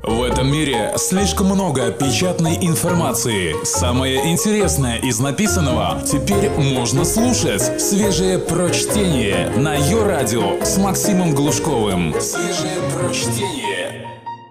В этом мире слишком много печатной информации. Самое интересное из написанного теперь можно слушать. Свежее прочтение на Йо-Радио с Максимом Глушковым. Свежее прочтение.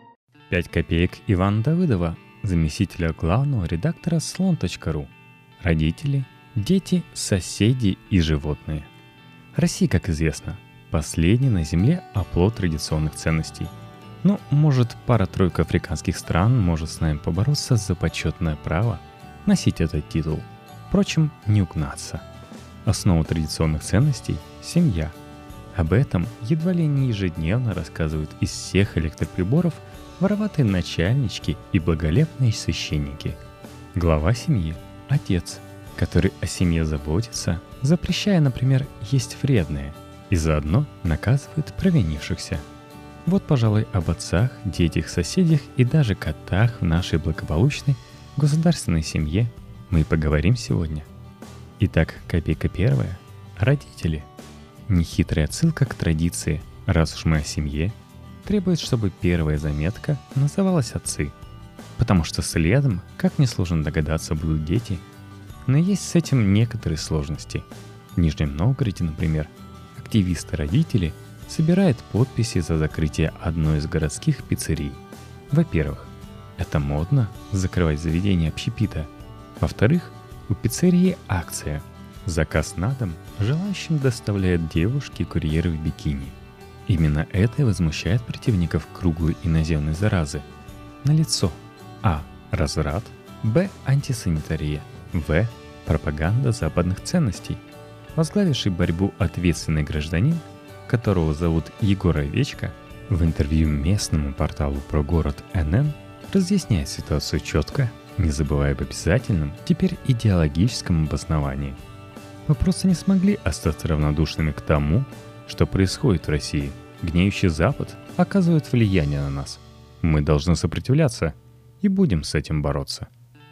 5 копеек Ивана Давыдова, заместителя главного редактора Слон.ру. Родители, дети, соседи и животные. Россия, как известно, последний на Земле оплот традиционных ценностей. Ну, может, пара-тройка африканских стран может с нами побороться за почетное право носить этот титул. Впрочем, не угнаться. Основа традиционных ценностей – семья. Об этом едва ли не ежедневно рассказывают из всех электроприборов вороватые начальнички и благолепные священники. Глава семьи – отец, который о семье заботится, запрещая, например, есть вредное, и заодно наказывает провинившихся. Вот, пожалуй, об отцах, детях, соседях и даже котах в нашей благополучной государственной семье мы и поговорим сегодня. Итак, копейка первая. Родители. Нехитрая отсылка к традиции, раз уж мы о семье, требует, чтобы первая заметка называлась «отцы». Потому что следом, как несложно догадаться, будут дети. Но есть с этим некоторые сложности. В Нижнем Новгороде, например, активисты-родители собирает подписи за закрытие одной из городских пиццерий. Во-первых, это модно закрывать заведение общепита. Во-вторых, у пиццерии акция. Заказ на дом желающим доставляют девушки-курьеры в бикини. Именно это и возмущает противников круглой иноземной заразы. Налицо а. разврат, б. антисанитария, в. пропаганда западных ценностей. Возглавивший борьбу ответственный гражданин, которого зовут Егор Овечка, в интервью местному порталу про город НН разъясняет ситуацию четко, не забывая об обязательном, теперь идеологическом обосновании. Мы просто не смогли остаться равнодушными к тому, что происходит в России. Гнеющий Запад оказывает влияние на нас. Мы должны сопротивляться и будем с этим бороться.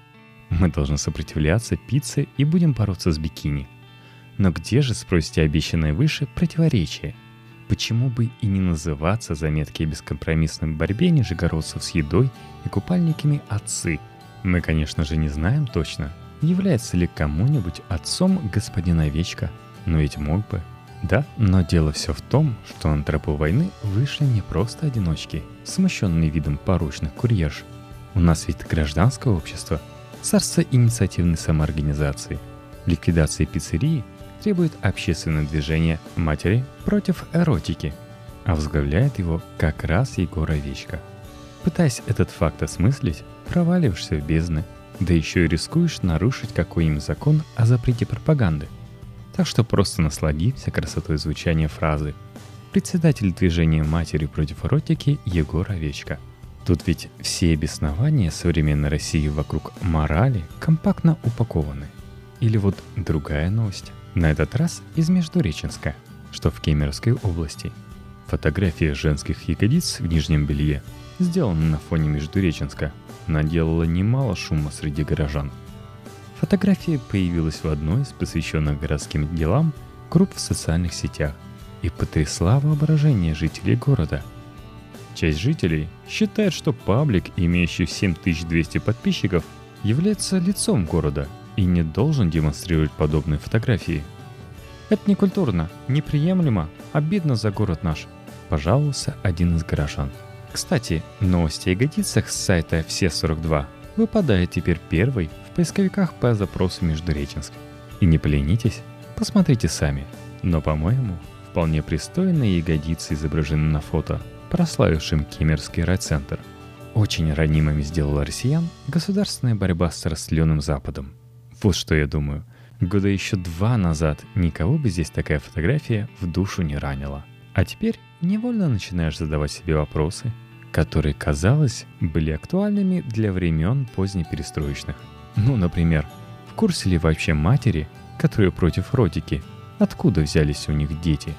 Мы должны сопротивляться пицце и будем бороться с бикини. Но где же, спросите, обещанное выше противоречие? Почему бы и не называться заметки о бескомпромиссной борьбе нижегородцев с едой и купальниками «отцы»? Мы, конечно же, не знаем точно, является ли кому-нибудь отцом господин Овечка, но ведь мог бы. Да, но дело все в том, что на тропу войны вышли не просто одиночки, смущенные видом порочных курьерш. У нас ведь гражданское общество, царство инициативной самоорганизации. Ликвидация пиццерии требует общественное движение «Матери против эротики», а возглавляет его как раз Егор Овечка. Пытаясь этот факт осмыслить, проваливаешься в бездны, да еще и рискуешь нарушить какой-нибудь закон о запрете пропаганды. Так что просто насладимся красотой звучания фразы «Председатель движения «Матери против эротики» Егор Овечка». Тут ведь все беснования современной России вокруг морали компактно упакованы. Или вот другая новость. На этот раз из Междуреченска, что в Кемеровской области. Фотография женских ягодиц в нижнем белье, сделанная на фоне Междуреченска, наделала немало шума среди горожан. Фотография появилась в одной из посвященных городским делам групп в социальных сетях и потрясла воображение жителей города. Часть жителей считает, что паблик, имеющий 7200 подписчиков, является лицом города и не должен демонстрировать подобные фотографии. «Это некультурно, неприемлемо, обидно за город наш», – пожаловался один из горожан. Кстати, новости о ягодицах с сайта «Все42» выпадает теперь первой в поисковиках по запросу Междуреченск. И не поленитесь, посмотрите сами. Но, по-моему, вполне пристойные ягодицы изображены на фото, прославившим Кемеровский райцентр. Очень ранимыми сделала россиян государственная борьба с растлённым Западом. Вот что я думаю. Года еще 2 назад никого бы здесь такая фотография в душу не ранила. А теперь невольно начинаешь задавать себе вопросы, которые, казалось, были актуальными для времен позднеперестроечных. Ну, например, в курсе ли вообще матери, которые против эротики, откуда взялись у них дети?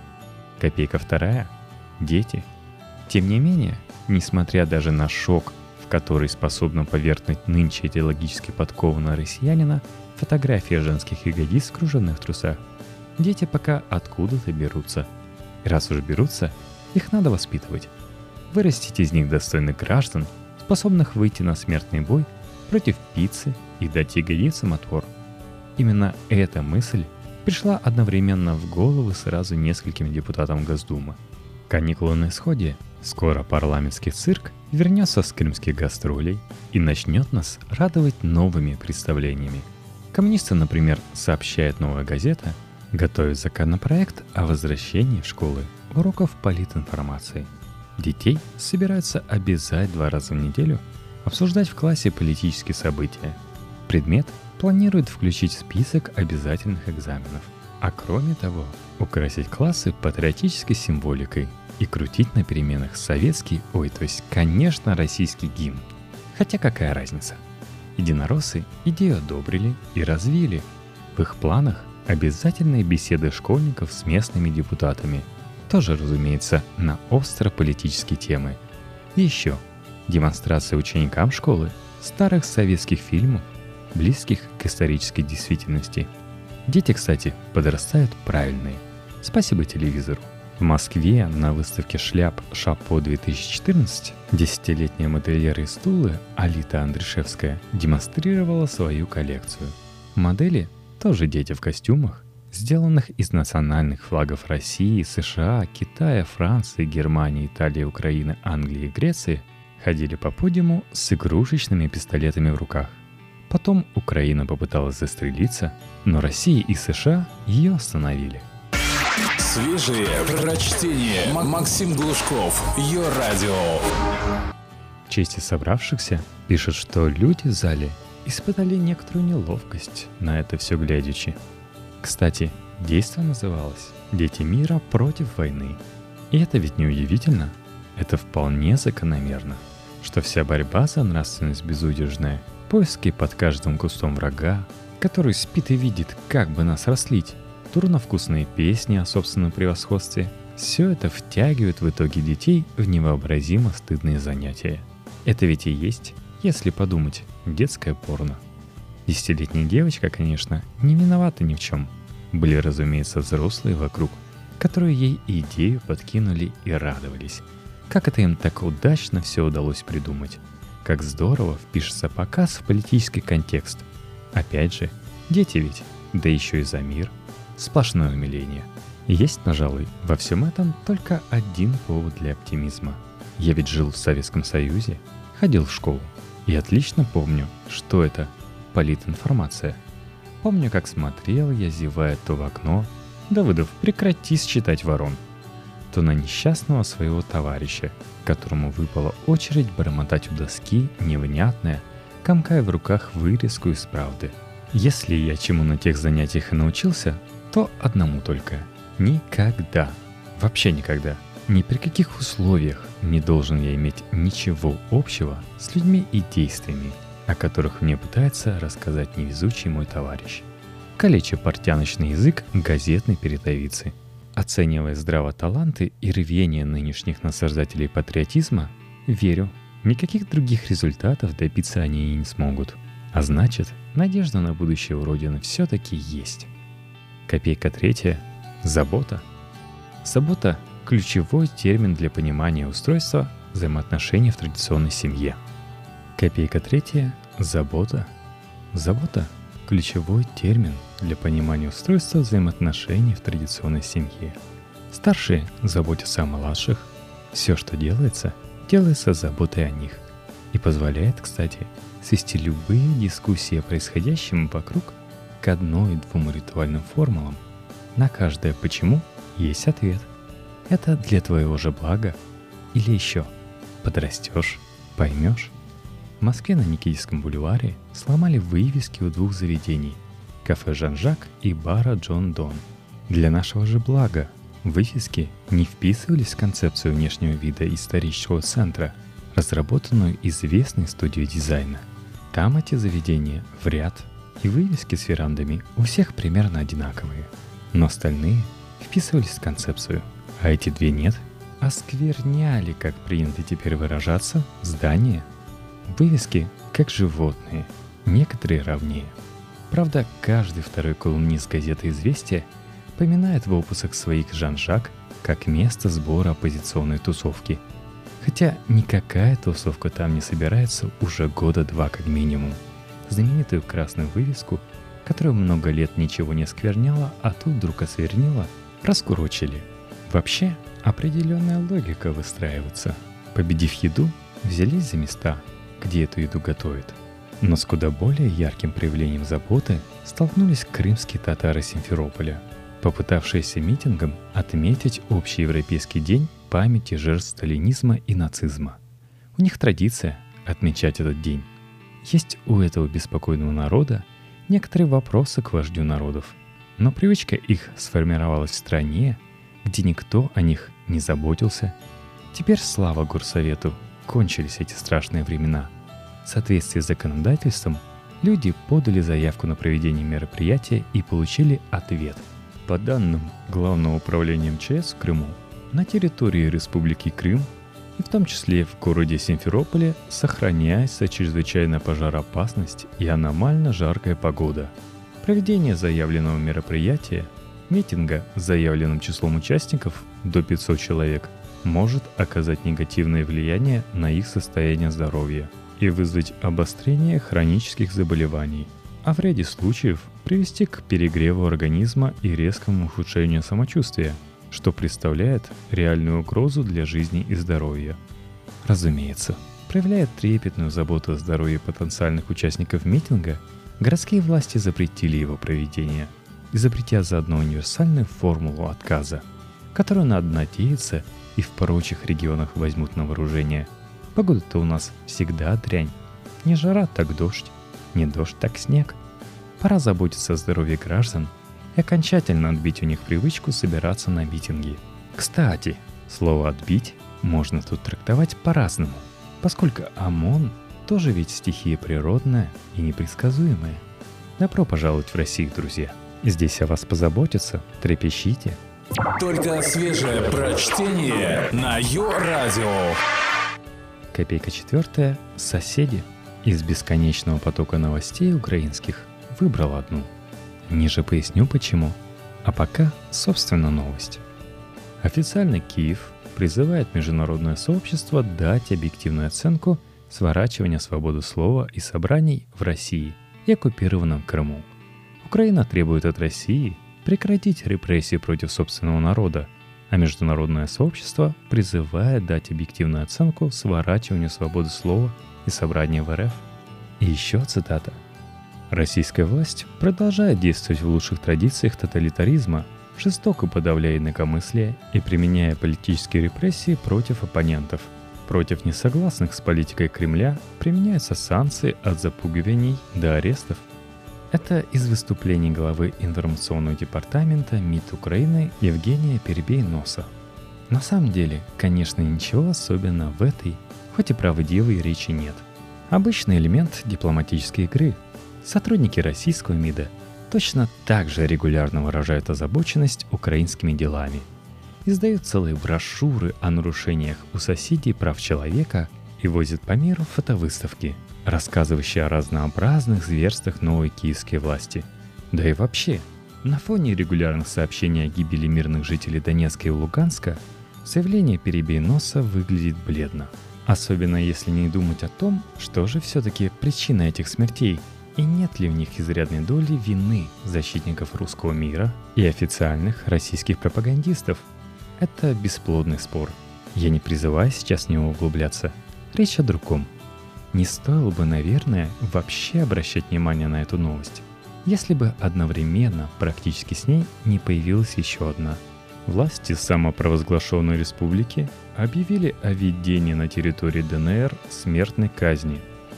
Копейка вторая. Дети. Тем не менее, несмотря даже на шок, в который способна повергнуть нынче идеологически подкованного россиянина, фотография женских ягодиц в кружевных трусах, дети пока откуда-то берутся. И раз уж берутся, их надо воспитывать. вырастить из них достойных граждан, способных выйти на смертный бой против пиццы и дать ягодицам отпор. Именно эта мысль пришла одновременно в голову сразу нескольким депутатам Госдумы. Каникулы на исходе, скоро парламентский цирк вернется с крымских гастролей и начнет нас радовать новыми представлениями. Коммунисты, например, сообщает «Новая газета», готовят законопроект о возвращении в школы уроков политинформации. Детей собираются обязать 2 раза в неделю обсуждать в классе политические события. Предмет планирует включить в список обязательных экзаменов. А кроме того, украсить классы патриотической символикой и крутить на переменах советский, конечно, российский гимн. Хотя какая разница? Единороссы идею одобрили и развили. В их планах обязательные беседы школьников с местными депутатами. Тоже, разумеется, на остро-политические темы. И еще демонстрация ученикам школы старых советских фильмов, близких к исторической действительности. Дети, кстати, подрастают правильные. Спасибо телевизору. В Москве на выставке шляп «Шапо-2014» 10-летняя модельер из Тулы Алита Андришевская демонстрировала свою коллекцию. Модели, тоже дети в костюмах, сделанных из национальных флагов России, США, Китая, Франции, Германии, Италии, Украины, Англии и Греции, ходили по подиуму с игрушечными пистолетами в руках. Потом Украина попыталась застрелиться, но Россия и США ее остановили. Свежие прочтение. Максим Глушков. Йо-радио. В честь собравшихся пишет, что люди в зале испытали некоторую неловкость на это все глядячи. Кстати, действо называлось «Дети мира против войны». И это ведь не удивительно. Это вполне закономерно, что вся борьба за нравственность безудержная, поиски под каждым кустом врага, который спит и видит, как бы нас растлить, дурновкусные песни о собственном превосходстве — все это втягивает в итоге детей в невообразимо стыдные занятия. Это ведь и есть, если подумать, детское порно. 10-летняя девочка, конечно, не виновата ни в чем. Были, разумеется, взрослые вокруг, которые ей идею подкинули и радовались. Как это им так удачно все удалось придумать. Как здорово впишется показ в политический контекст. Опять же, дети ведь, да еще и за мир. Сплошное умиление. Есть, пожалуй, во всем этом только один повод для оптимизма. Я ведь жил в Советском Союзе, ходил в школу и отлично помню, что это политинформация. Помню, как смотрел я, зевая то в окно: «Давыдов, прекрати считать ворон», то на несчастного своего товарища, которому выпала очередь бормотать у доски невнятное, комкая в руках вырезку из правды. Если я чему на тех занятиях и научился, то одному только: никогда, вообще никогда, ни при каких условиях не должен я иметь ничего общего с людьми и действиями, о которых мне пытается рассказать невезучий мой товарищ. Калеча портяночный язык газетной передовицы. Оценивая здраво таланты и рвение нынешних насаждателей патриотизма, верю, никаких других результатов добиться они и не смогут. А значит, надежда на будущее у Родины все-таки есть. Копейка 3. Забота. Забота – ключевой термин для понимания устройства взаимоотношений в традиционной семье. Копейка 3. Забота. Забота – ключевой термин для понимания устройства взаимоотношений в традиционной семье. Старшие заботятся о младших. Все, что делается, делается заботой о них. И позволяет, кстати, свести любые дискуссии о происходящем вокруг к 1-2 ритуальным формулам. На каждое «почему» есть ответ. Это для твоего же блага. Или еще подрастешь, поймешь. В Москве на Никитском бульваре сломали вывески у 2 заведений – кафе «Жан-Жак» и бара «Джон Дон». Для нашего же блага вывески не вписывались в концепцию внешнего вида исторического центра, разработанную известной студией дизайна. Там эти заведения в ряд, и вывески с верандами у всех примерно одинаковые. Но остальные вписывались в концепцию, а эти 2 нет. Оскверняли, как принято теперь выражаться, здание. Вывески как животные, некоторые ровнее. Правда, каждый второй колумнист газеты «Известия» поминает в опусах своих Жан-Жак как место сбора оппозиционной тусовки. Хотя никакая тусовка там не собирается уже года 2 как минимум. Знаменитую красную вывеску, которая много лет ничего не оскверняла, а тут вдруг освернила, раскурочили. Вообще, определенная логика выстраивается. Победив еду, взялись за места, где эту еду готовят. Но с куда более ярким проявлением заботы столкнулись крымские татары Симферополя, попытавшиеся митингом отметить общеевропейский день памяти жертв сталинизма и нацизма. У них традиция отмечать этот день. Есть у этого беспокойного народа некоторые вопросы к вождю народов, но привычка их сформировалась в стране, где никто о них не заботился. Теперь, слава горсовету, кончились эти страшные времена. В соответствии с законодательством люди подали заявку на проведение мероприятия и получили ответ. По данным Главного управления МЧС в Крыму, на территории Республики Крым, и в том числе в городе Симферополе, сохраняется чрезвычайная пожароопасность и аномально жаркая погода. Проведение заявленного мероприятия, митинга с заявленным числом участников до 500 человек, может оказать негативное влияние на их состояние здоровья и вызвать обострение хронических заболеваний, а в ряде случаев привести к перегреву организма и резкому ухудшению самочувствия, что представляет реальную угрозу для жизни и здоровья. Разумеется, проявляя трепетную заботу о здоровье потенциальных участников митинга, городские власти запретили его проведение, изобретя заодно универсальную формулу отказа, которую, надо надеяться, и в прочих регионах возьмут на вооружение. Погода-то у нас всегда дрянь. Не жара, так дождь, не дождь, так снег. Пора заботиться о здоровье граждан и окончательно отбить у них привычку собираться на митинги. Кстати, слово «отбить» можно тут трактовать по-разному, поскольку ОМОН тоже ведь стихия природная и непредсказуемая. Добро пожаловать в Россию, друзья. Здесь о вас позаботятся, трепещите. Только свежее прочтение на Йо-Радио. Копейка 4. Соседи. Из бесконечного потока новостей украинских выбрал одну. Ниже поясню почему. А пока, собственно, новость. Официально Киев призывает международное сообщество дать объективную оценку сворачивания свободы слова и собраний в России и оккупированном Крыму. Украина требует от России прекратить репрессии против собственного народа, а международное сообщество призывает дать объективную оценку сворачиванию свободы слова и собрания в РФ. И еще цитата. Российская власть продолжает действовать в лучших традициях тоталитаризма, жестоко подавляя инакомыслие и применяя политические репрессии против оппонентов. Против несогласных с политикой Кремля применяются санкции от запугиваний до арестов. Это из выступлений главы информационного департамента МИД Украины Евгения Перебей-Носа. На самом деле, конечно, ничего особенного в этой, хоть и правдивой речи нет. Обычный элемент дипломатической игры. Сотрудники российского МИДа точно так же регулярно выражают озабоченность украинскими делами. Издают целые брошюры о нарушениях у соседей прав человека и возят по миру фотовыставки, рассказывающие о разнообразных зверствах новой киевской власти. Да и вообще, на фоне регулярных сообщений о гибели мирных жителей Донецка и Луганска, заявление Перебей-Носа выглядит бледно. Особенно если не думать о том, что же все-таки причина этих смертей, и нет ли в них изрядной доли вины защитников русского мира и официальных российских пропагандистов. Это бесплодный спор. Я не призываю сейчас в него углубляться. Речь о другом. Не стоило бы, наверное, вообще обращать внимание на эту новость, если бы одновременно практически с ней не появилась еще одна. Власти самопровозглашенной республики объявили о введении на территории ДНР смертной казни.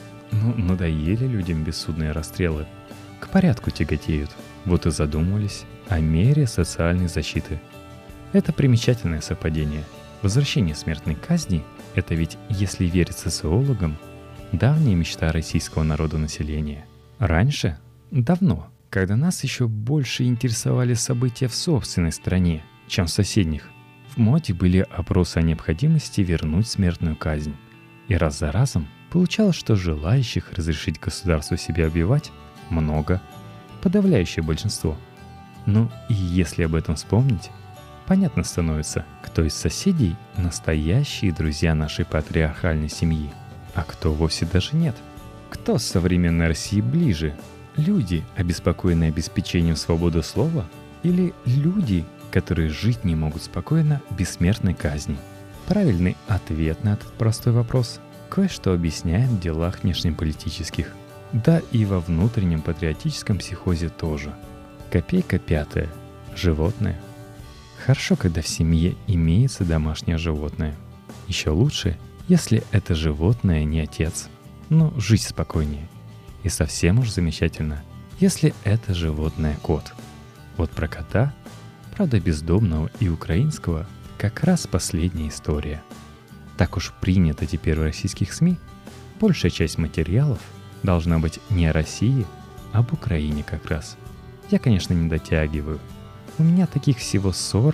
Надоели людям бессудные расстрелы. К порядку тяготеют. Вот и задумались о мере социальной защиты. Это примечательное совпадение. Возвращение смертной казни – это ведь, если верить социологам, давняя мечта российского народонаселения. Раньше, давно, когда нас еще больше интересовали события в собственной стране, чем в соседних, в моде были опросы о необходимости вернуть смертную казнь. И раз за разом получалось, что желающих разрешить государству себя убивать много, подавляющее большинство. И если об этом вспомнить, Понятно становится, кто из соседей настоящие друзья нашей патриархальной семьи, а кто вовсе даже нет. Кто с современной России ближе? Люди, обеспокоенные обеспечением свободы слова, или люди, которые жить не могут спокойно без смертной казни? Правильный ответ на этот простой вопрос кое-что объясняет в делах внешнеполитических, да и во внутреннем патриотическом психозе тоже. Копейка пятая. Животное. Хорошо, когда в семье имеется домашнее животное. Еще лучше, если это животное не отец. Ну, жить спокойнее. И совсем уж замечательно, если это животное кот. Вот про кота, правда бездомного и украинского, как раз последняя история. Так уж принято теперь в российских СМИ. Большая часть материалов должна быть не о России, а об Украине как раз. Я, конечно, не дотягиваю. У меня таких всего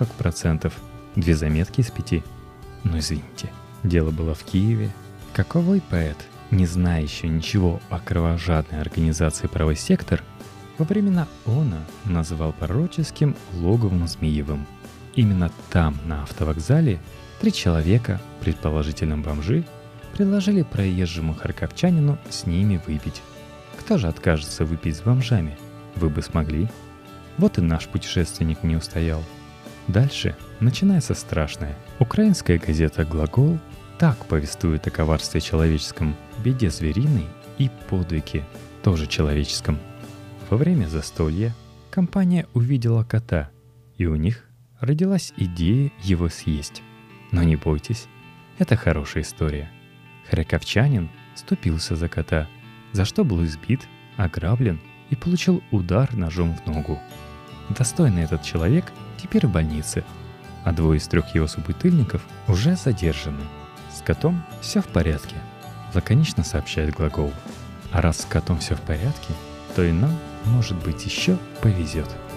40%, 2 заметки из 5. Но извините, дело было в Киеве. Каковой поэт, не знающий ничего о кровожадной организации «Правый сектор», во времена ООНа назвал пророческим логовом Змеевым. Именно там, на автовокзале, 3 человека, предположительно бомжи, предложили проезжему харьковчанину с ними выпить. Кто же откажется выпить с бомжами? Вы бы смогли? Вот и наш путешественник не устоял. Дальше начинается страшное. Украинская газета «Глагол» так повествует о коварстве человеческом, беде звериной и подвиге, тоже человеческом. Во время застолья компания увидела кота, и у них родилась идея его съесть. Но не бойтесь, это хорошая история. Харьковчанин вступился за кота, за что был избит, ограблен и получил удар ножом в ногу. Достойный этот человек теперь в больнице, а 2 из 3 его собутыльников уже задержаны. С котом все в порядке, лаконично сообщает «Глагол». А раз с котом все в порядке, то и нам, может быть, еще повезет.